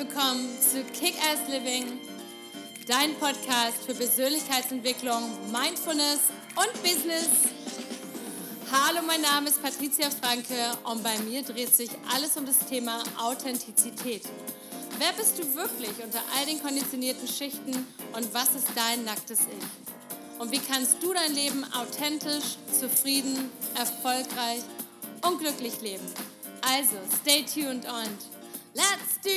willkommen zu Kick-Ass Living, dein Podcast für Persönlichkeitsentwicklung, Mindfulness und Business. Hallo, mein Name ist Patricia Franke und bei mir dreht sich alles um das Thema Authentizität. Wer bist du wirklich unter all den konditionierten Schichten und was ist dein nacktes Ich? Und wie kannst du dein Leben authentisch, zufrieden, erfolgreich und glücklich leben? Also, stay tuned und let's do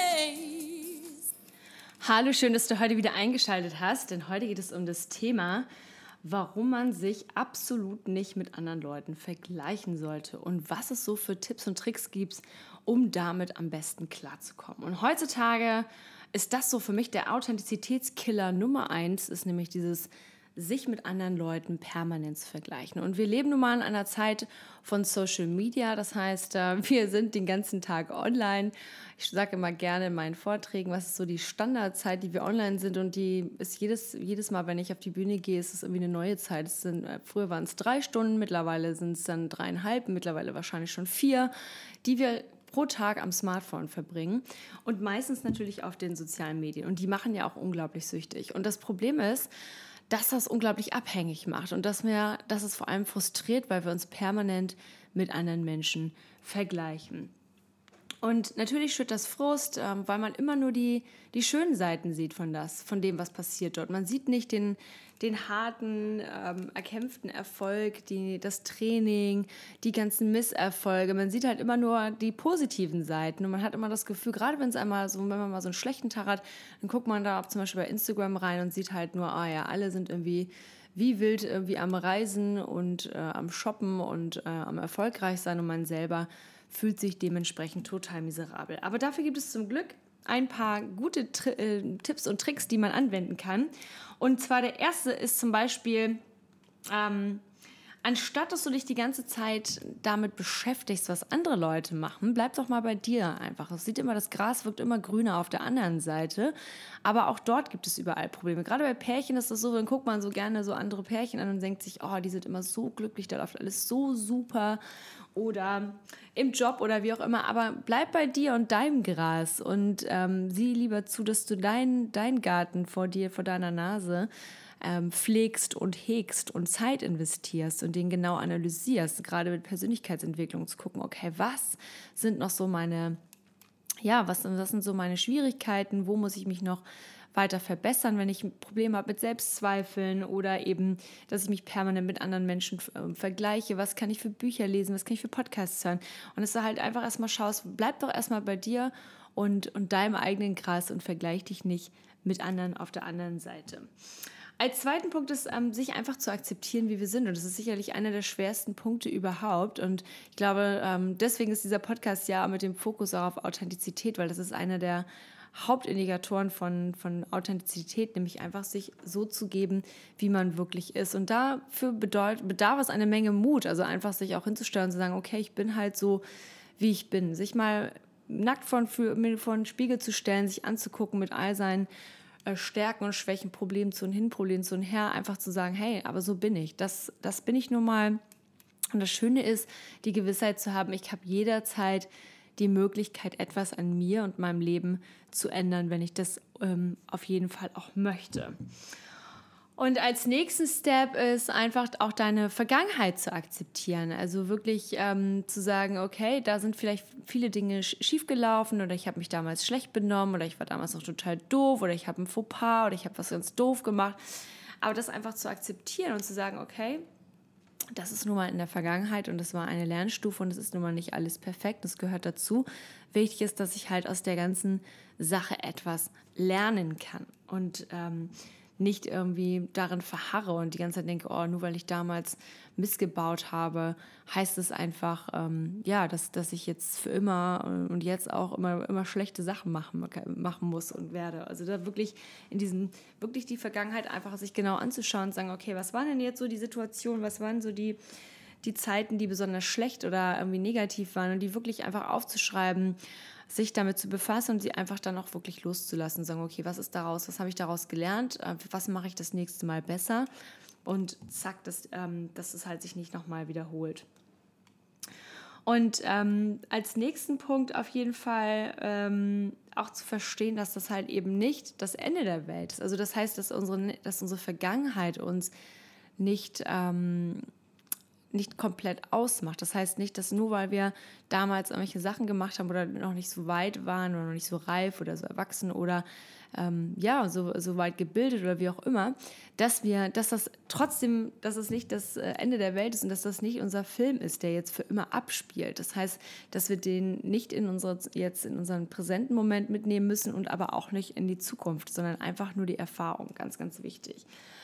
this! Hallo, schön, dass du heute wieder eingeschaltet hast, denn heute geht es um das Thema, warum man sich absolut nicht mit anderen Leuten vergleichen sollte und was es so für Tipps und Tricks gibt, um damit am besten klarzukommen. Und heutzutage ist das so für mich der Authentizitätskiller Nummer 1, ist nämlich dieses sich mit anderen Leuten permanent zu vergleichen. Und wir leben nun mal in einer Zeit von Social Media, das heißt, wir sind den ganzen Tag online. Ich sage immer gerne in meinen Vorträgen, was ist so die Standardzeit, die wir online sind, und die ist jedes Mal, wenn ich auf die Bühne gehe, ist es irgendwie eine neue Zeit. Früher waren es 3 Stunden, mittlerweile sind es dann 3,5, mittlerweile wahrscheinlich schon 4, die wir pro Tag am Smartphone verbringen und meistens natürlich auf den sozialen Medien. Und die machen ja auch unglaublich süchtig. Und das Problem ist, dass das unglaublich abhängig macht und dass es vor allem frustriert, weil wir uns permanent mit anderen Menschen vergleichen. Und natürlich schürt das Frust, weil man immer nur die schönen Seiten sieht von dem, was passiert dort. Man sieht nicht den harten, erkämpften Erfolg, das Training, die ganzen Misserfolge. Man sieht halt immer nur die positiven Seiten und man hat immer das Gefühl, gerade wenn man mal so einen schlechten Tag hat, dann guckt man da zum Beispiel bei Instagram rein und sieht halt nur, alle sind irgendwie wie wild irgendwie am Reisen und am Shoppen und am erfolgreich sein, und man selber fühlt sich dementsprechend total miserabel. Aber dafür gibt es zum Glück ein paar gute Tipps und Tricks, die man anwenden kann. Und zwar der erste ist zum Beispiel, anstatt dass du dich die ganze Zeit damit beschäftigst, was andere Leute machen, bleib doch mal bei dir einfach. Das Gras wirkt immer grüner auf der anderen Seite, aber auch dort gibt es überall Probleme. Gerade bei Pärchen ist das so, dann guckt man so gerne so andere Pärchen an und denkt sich, oh, die sind immer so glücklich, da läuft alles so super, oder im Job oder wie auch immer, aber bleib bei dir und deinem Gras und sieh lieber zu, dass du deinen Garten vor deiner Nase pflegst und hegst und Zeit investierst und den genau analysierst, gerade mit Persönlichkeitsentwicklung zu gucken, okay, was sind noch so was sind so meine Schwierigkeiten, wo muss ich mich noch weiter verbessern, wenn ich Probleme habe mit Selbstzweifeln oder eben, dass ich mich permanent mit anderen Menschen vergleiche. Was kann ich für Bücher lesen, was kann ich für Podcasts hören? Und dass du halt einfach erstmal schaust, bleib doch erstmal bei dir und deinem eigenen Gras und vergleich dich nicht mit anderen auf der anderen Seite. Als zweiten Punkt ist, sich einfach zu akzeptieren, wie wir sind. Und das ist sicherlich einer der schwersten Punkte überhaupt. Und ich glaube, deswegen ist dieser Podcast ja mit dem Fokus auch auf Authentizität, weil das ist einer der Hauptindikatoren von Authentizität, nämlich einfach sich so zu geben, wie man wirklich ist. Und dafür bedarf es eine Menge Mut, also einfach sich auch hinzustellen und zu sagen, okay, ich bin halt so, wie ich bin. Sich mal nackt vor den Spiegel zu stellen, sich anzugucken mit all seinen Stärken und Schwächen, Problemen zu und hin, Problemen zu und her, einfach zu sagen, hey, aber so bin ich. Das bin ich nun mal. Und das Schöne ist, die Gewissheit zu haben, ich habe jederzeit die Möglichkeit, etwas an mir und meinem Leben zu ändern, wenn ich das auf jeden Fall auch möchte. Und als nächsten Step ist einfach auch deine Vergangenheit zu akzeptieren. Also wirklich zu sagen, okay, da sind vielleicht viele Dinge schiefgelaufen oder ich habe mich damals schlecht benommen oder ich war damals noch total doof oder ich habe ein Fauxpas oder ich habe was ganz doof gemacht. Aber das einfach zu akzeptieren und zu sagen, okay, das ist nun mal in der Vergangenheit und das war eine Lernstufe und es ist nun mal nicht alles perfekt, das gehört dazu. Wichtig ist, dass ich halt aus der ganzen Sache etwas lernen kann und nicht irgendwie darin verharre und die ganze Zeit denke, oh, nur weil ich damals missgebaut habe, heißt es einfach, dass ich jetzt für immer und jetzt auch immer schlechte Sachen machen muss und werde. Also da wirklich wirklich die Vergangenheit einfach sich genau anzuschauen und sagen, okay, was waren denn jetzt so die Situationen, was waren so die Zeiten, die besonders schlecht oder irgendwie negativ waren, und die wirklich einfach aufzuschreiben, sich damit zu befassen und sie einfach dann auch wirklich loszulassen und sagen, okay, was habe ich daraus gelernt, was mache ich das nächste Mal besser, und zack, dass es halt sich nicht nochmal wiederholt. Und als nächsten Punkt auf jeden Fall auch zu verstehen, dass das halt eben nicht das Ende der Welt ist. Also das heißt, dass unsere Vergangenheit uns nicht komplett ausmacht. Das heißt nicht, dass nur weil wir damals irgendwelche Sachen gemacht haben oder noch nicht so weit waren oder noch nicht so reif oder so erwachsen oder so weit gebildet oder wie auch immer, dass es nicht das Ende der Welt ist und dass das nicht unser Film ist, der jetzt für immer abspielt. Das heißt, dass wir den nicht in unseren präsenten Moment mitnehmen müssen und aber auch nicht in die Zukunft, sondern einfach nur die Erfahrung. Ganz, ganz wichtig.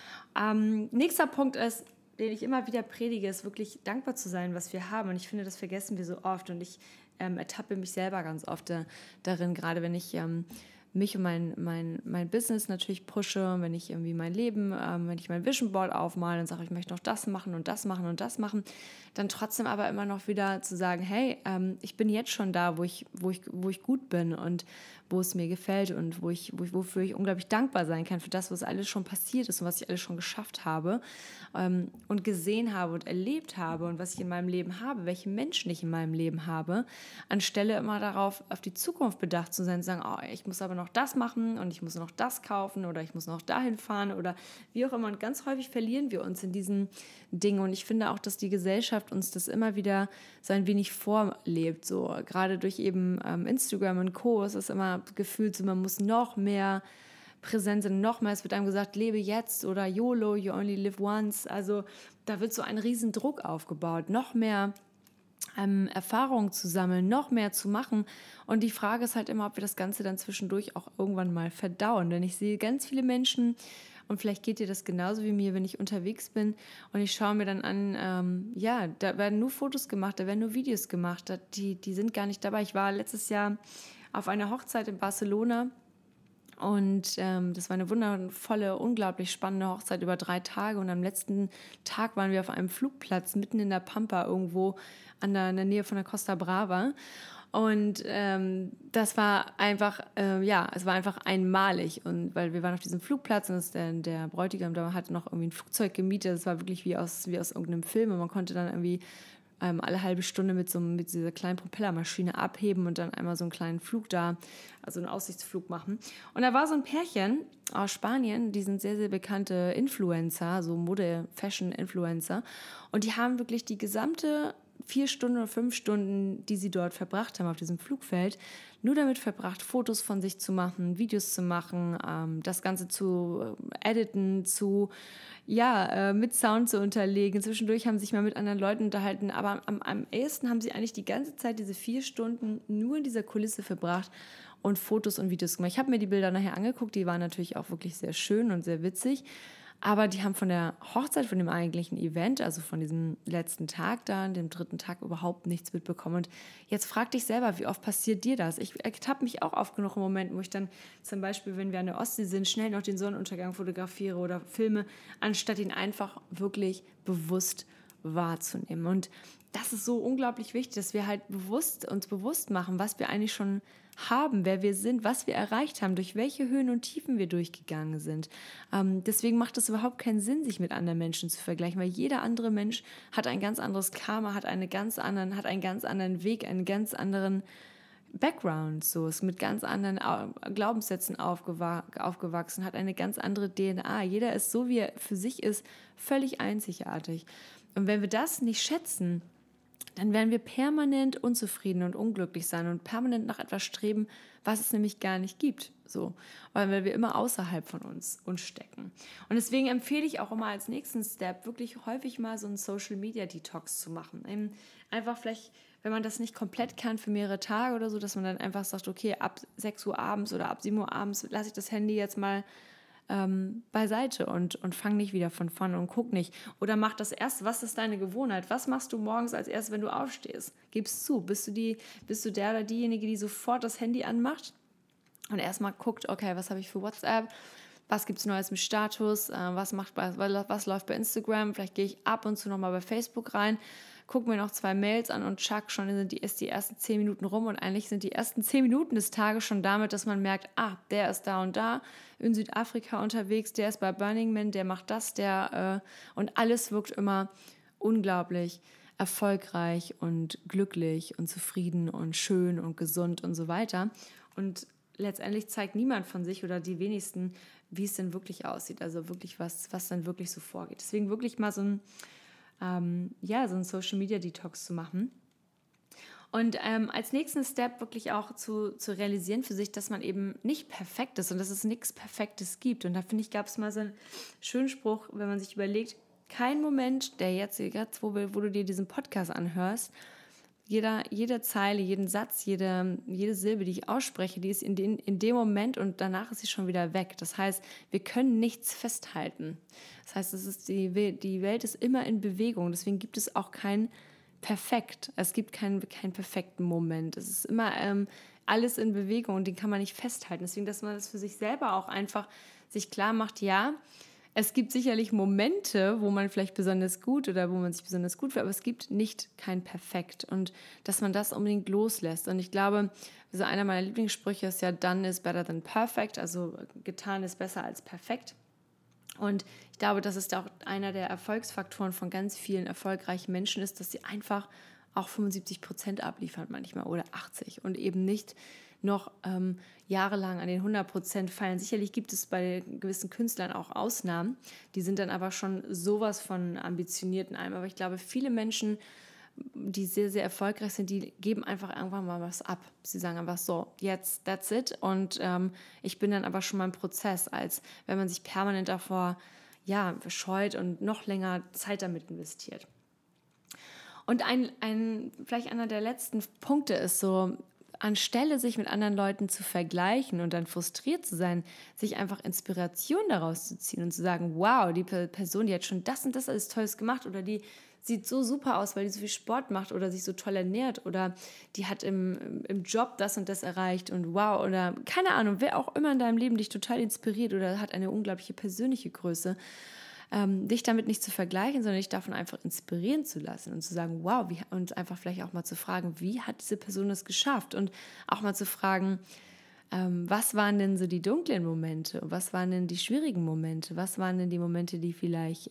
Nächster Punkt ist, den ich immer wieder predige, ist wirklich dankbar zu sein, was wir haben. Und ich finde, das vergessen wir so oft. Und ich ertappe mich selber ganz oft darin, gerade wenn ich mich und mein Business natürlich pushe, wenn ich irgendwie mein Leben, wenn ich mein Vision Board aufmale und sage, ich möchte noch das machen und das machen und das machen, dann trotzdem aber immer noch wieder zu sagen, hey, ich bin jetzt schon da, wo ich gut bin und wo es mir gefällt und wofür ich unglaublich dankbar sein kann für das, was alles schon passiert ist und was ich alles schon geschafft habe und gesehen habe und erlebt habe und was ich in meinem Leben habe, welche Menschen ich in meinem Leben habe, anstelle immer darauf, auf die Zukunft bedacht zu sein, zu sagen, oh, ich muss aber noch das machen und ich muss noch das kaufen oder ich muss noch dahin fahren oder wie auch immer. Und ganz häufig verlieren wir uns in diesen Dingen. Und ich finde auch, dass die Gesellschaft uns das immer wieder so ein wenig vorlebt. So gerade durch eben Instagram und Co. ist es immer gefühlt so, man muss noch mehr präsent sein, noch mehr. Es wird einem gesagt, lebe jetzt oder YOLO, you only live once. Also da wird so ein riesen Druck aufgebaut, noch mehr Erfahrungen zu sammeln, noch mehr zu machen. Und die Frage ist halt immer, ob wir das Ganze dann zwischendurch auch irgendwann mal verdauen. Denn ich sehe ganz viele Menschen, und vielleicht geht dir das genauso wie mir, wenn ich unterwegs bin und ich schaue mir dann an, da werden nur Fotos gemacht, da werden nur Videos gemacht, die sind gar nicht dabei. Ich war letztes Jahr auf einer Hochzeit in Barcelona und das war eine wundervolle, unglaublich spannende Hochzeit über 3 Tage und am letzten Tag waren wir auf einem Flugplatz mitten in der Pampa irgendwo in der Nähe von der Costa Brava. Und das war einfach, es war einfach einmalig. Und weil wir waren auf diesem Flugplatz und der Bräutigam da hatte noch irgendwie ein Flugzeug gemietet. Das war wirklich wie aus irgendeinem Film. Und man konnte dann irgendwie alle halbe Stunde mit dieser kleinen Propellermaschine abheben und dann einmal so einen kleinen Flug da, also einen Aussichtsflug machen. Und da war so ein Pärchen aus Spanien, die sind sehr, sehr bekannte Influencer, so Mode-Fashion-Influencer. Und die haben wirklich die gesamte 4 Stunden oder 5 Stunden, die sie dort verbracht haben auf diesem Flugfeld, nur damit verbracht, Fotos von sich zu machen, Videos zu machen, das Ganze zu editen, mit Sound zu unterlegen. Zwischendurch haben sie sich mal mit anderen Leuten unterhalten, aber am ehesten haben sie eigentlich die ganze Zeit diese 4 Stunden nur in dieser Kulisse verbracht und Fotos und Videos gemacht. Ich habe mir die Bilder nachher angeguckt, die waren natürlich auch wirklich sehr schön und sehr witzig. Aber die haben von der Hochzeit, von dem eigentlichen Event, also von diesem letzten Tag da, dem 3. Tag, überhaupt nichts mitbekommen. Und jetzt frag dich selber, wie oft passiert dir das? Ich ertappe mich auch oft genug in Momenten, wo ich dann zum Beispiel, wenn wir an der Ostsee sind, schnell noch den Sonnenuntergang fotografiere oder filme, anstatt ihn einfach wirklich bewusst wahrzunehmen. Und das ist so unglaublich wichtig, dass wir halt uns bewusst machen, was wir eigentlich schon haben, wer wir sind, was wir erreicht haben, durch welche Höhen und Tiefen wir durchgegangen sind. Deswegen macht es überhaupt keinen Sinn, sich mit anderen Menschen zu vergleichen, weil jeder andere Mensch hat ein ganz anderes Karma, hat einen ganz anderen Weg, einen ganz anderen Background, so ist mit ganz anderen Glaubenssätzen aufgewachsen, hat eine ganz andere DNA. Jeder ist so, wie er für sich ist, völlig einzigartig. Und wenn wir das nicht schätzen, dann werden wir permanent unzufrieden und unglücklich sein und permanent nach etwas streben, was es nämlich gar nicht gibt. So, weil wir immer außerhalb von uns stecken. Und deswegen empfehle ich auch immer als nächsten Step wirklich häufig mal so einen Social-Media-Detox zu machen. Einfach vielleicht, wenn man das nicht komplett kann für mehrere Tage oder so, dass man dann einfach sagt, okay, ab 6 Uhr abends oder ab 7 Uhr abends lasse ich das Handy jetzt mal beiseite und fang nicht wieder von vorne und guck nicht. Oder mach das erst, was ist deine Gewohnheit? Was machst du morgens als erstes, wenn du aufstehst? Gib's zu. Bist du der oder diejenige, die sofort das Handy anmacht und erstmal guckt, okay, was habe ich für WhatsApp? Was gibt es Neues im Status? Was läuft bei Instagram? Vielleicht gehe ich ab und zu nochmal bei Facebook rein, gucke mir noch 2 Mails an und zack, schon sind die ersten 10 Minuten rum und eigentlich sind die ersten 10 Minuten des Tages schon damit, dass man merkt, der ist da und da in Südafrika unterwegs, der ist bei Burning Man, der macht das, und alles wirkt immer unglaublich erfolgreich und glücklich und zufrieden und schön und gesund und so weiter. Und letztendlich zeigt niemand von sich oder die wenigsten, wie es denn wirklich aussieht, also wirklich was dann wirklich so vorgeht. Deswegen wirklich mal so ein Social-Media-Detox zu machen. Und als nächsten Step wirklich auch zu realisieren für sich, dass man eben nicht perfekt ist und dass es nichts Perfektes gibt. Und da finde ich, gab es mal so einen schönen Spruch, wenn man sich überlegt, kein Moment, der jetzt wo du dir diesen Podcast anhörst, jede Zeile, jeden Satz, jede Silbe, die ich ausspreche, die ist in dem Moment und danach ist sie schon wieder weg. Das heißt, wir können nichts festhalten. Das heißt, die Welt ist immer in Bewegung. Deswegen gibt es auch kein Perfekt. Es gibt keinen perfekten Moment. Es ist immer alles in Bewegung und den kann man nicht festhalten. Deswegen, dass man das für sich selber auch einfach sich klar macht, ja, es gibt sicherlich Momente, wo man vielleicht besonders gut oder wo man sich besonders gut fühlt, aber es gibt kein Perfekt und dass man das unbedingt loslässt. Und ich glaube, also einer meiner Lieblingssprüche ist ja, done is better than perfect, also getan ist besser als perfekt. Und ich glaube, dass es auch einer der Erfolgsfaktoren von ganz vielen erfolgreichen Menschen ist, dass sie einfach auch 75% abliefern manchmal oder 80% und eben nicht noch jahrelang an den 100% feiern. Sicherlich gibt es bei gewissen Künstlern auch Ausnahmen, die sind dann aber schon sowas von ambitioniert in allem. Aber ich glaube, viele Menschen, die sehr, sehr erfolgreich sind, die geben einfach irgendwann mal was ab. Sie sagen einfach so, jetzt, that's it. Und ich bin dann aber schon mal im Prozess, als wenn man sich permanent davor scheut und noch länger Zeit damit investiert. Und vielleicht einer der letzten Punkte ist so, anstelle sich mit anderen Leuten zu vergleichen und dann frustriert zu sein, sich einfach Inspiration daraus zu ziehen und zu sagen, wow, die Person, die hat schon das und das alles Tolles gemacht oder die sieht so super aus, weil die so viel Sport macht oder sich so toll ernährt oder die hat im Job das und das erreicht und wow, oder keine Ahnung, wer auch immer in deinem Leben dich total inspiriert oder hat eine unglaubliche persönliche Größe, dich damit nicht zu vergleichen, sondern dich davon einfach inspirieren zu lassen und zu sagen, wow, und einfach vielleicht auch mal zu fragen, wie hat diese Person das geschafft und auch mal zu fragen, was waren denn so die dunklen Momente, was waren denn die schwierigen Momente, was waren denn die Momente, die vielleicht,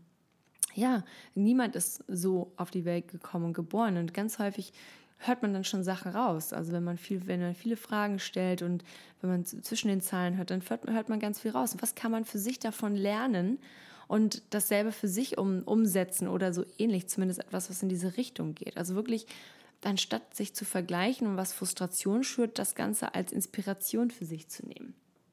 niemand ist so auf die Welt gekommen und geboren und ganz häufig hört man dann schon Sachen raus. Also wenn man viele Fragen stellt und wenn man zwischen den Zeilen hört, dann hört man ganz viel raus. Und was kann man für sich davon lernen und dasselbe für sich umsetzen oder so ähnlich, zumindest etwas, was in diese Richtung geht. Also wirklich, anstatt sich zu vergleichen und was Frustration schürt, das Ganze als Inspiration für sich zu nehmen.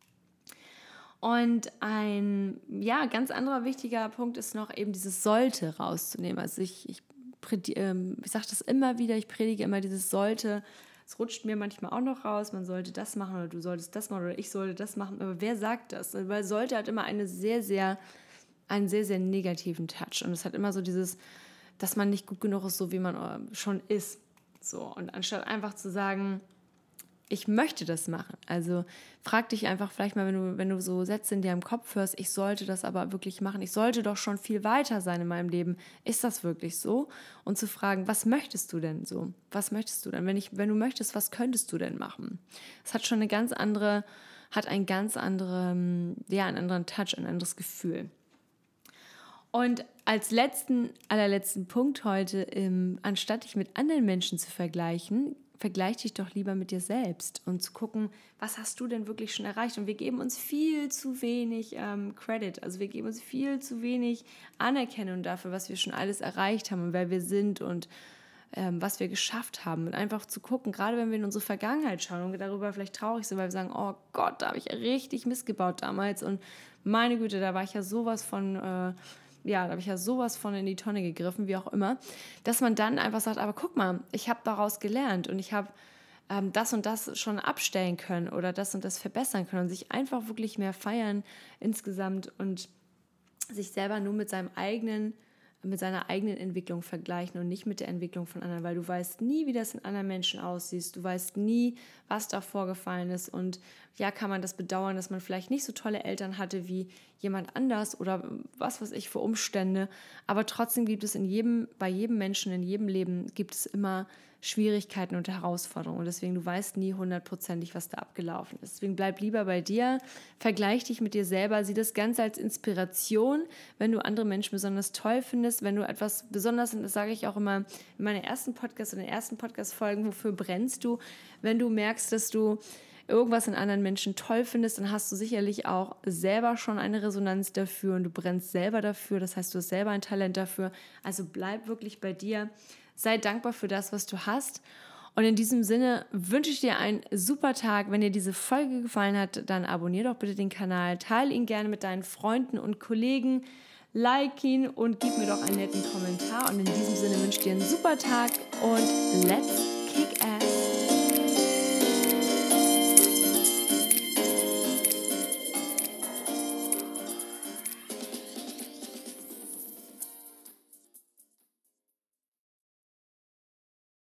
Und ein ganz anderer wichtiger Punkt ist noch eben dieses Sollte rauszunehmen. Also ich sage das immer wieder, ich predige immer dieses Sollte. Es rutscht mir manchmal auch noch raus, man sollte das machen oder du solltest das machen oder ich sollte das machen. Aber wer sagt das? Weil Sollte hat immer einen sehr, sehr negativen Touch. Und es hat immer so dieses, dass man nicht gut genug ist, so wie man schon ist. So. Und anstatt einfach zu sagen, ich möchte das machen. Also frag dich einfach vielleicht mal, wenn du so Sätze in dir im Kopf hörst, ich sollte das aber wirklich machen. Ich sollte doch schon viel weiter sein in meinem Leben. Ist das wirklich so? Und zu fragen, was möchtest du denn so? Was möchtest du denn? Wenn du möchtest, was könntest du denn machen? Es hat schon einen ganz anderen Touch, ein anderes Gefühl. Und als allerletzten Punkt heute, anstatt dich mit anderen Menschen zu vergleichen, vergleich dich doch lieber mit dir selbst und zu gucken, was hast du denn wirklich schon erreicht? Und wir geben uns viel zu wenig Credit, also wir geben uns viel zu wenig Anerkennung dafür, was wir schon alles erreicht haben und wer wir sind und was wir geschafft haben. Und einfach zu gucken, gerade wenn wir in unsere Vergangenheit schauen und wir darüber vielleicht traurig sind, weil wir sagen, oh Gott, da habe ich richtig Mist gebaut damals und meine Güte, da war ich ja sowas von... da habe ich ja sowas von in die Tonne gegriffen, wie auch immer, dass man dann einfach sagt, aber guck mal, ich habe daraus gelernt und ich habe das und das schon abstellen können oder das und das verbessern können und sich einfach wirklich mehr feiern insgesamt und sich selber nur mit seiner eigenen Entwicklung vergleichen und nicht mit der Entwicklung von anderen, weil du weißt nie, wie das in anderen Menschen aussieht, du weißt nie, was da vorgefallen ist und ja, kann man das bedauern, dass man vielleicht nicht so tolle Eltern hatte wie jemand anders oder was weiß ich für Umstände, aber trotzdem gibt es bei jedem Menschen, in jedem Leben gibt es immer Schwierigkeiten und Herausforderungen und deswegen, du weißt nie 100%, was da abgelaufen ist. Deswegen bleib lieber bei dir, vergleich dich mit dir selber, sieh das Ganze als Inspiration, wenn du andere Menschen besonders toll findest, wenn du etwas besonders, und das sage ich auch immer in meinen ersten Podcast-Folgen, wofür brennst du, wenn du merkst, dass du irgendwas in anderen Menschen toll findest, dann hast du sicherlich auch selber schon eine Resonanz dafür und du brennst selber dafür. Das heißt, du hast selber ein Talent dafür. Also bleib wirklich bei dir. Sei dankbar für das, was du hast. Und in diesem Sinne wünsche ich dir einen super Tag. Wenn dir diese Folge gefallen hat, dann abonniere doch bitte den Kanal. Teile ihn gerne mit deinen Freunden und Kollegen. Like ihn und gib mir doch einen netten Kommentar. Und in diesem Sinne wünsche ich dir einen super Tag und let's kick ass.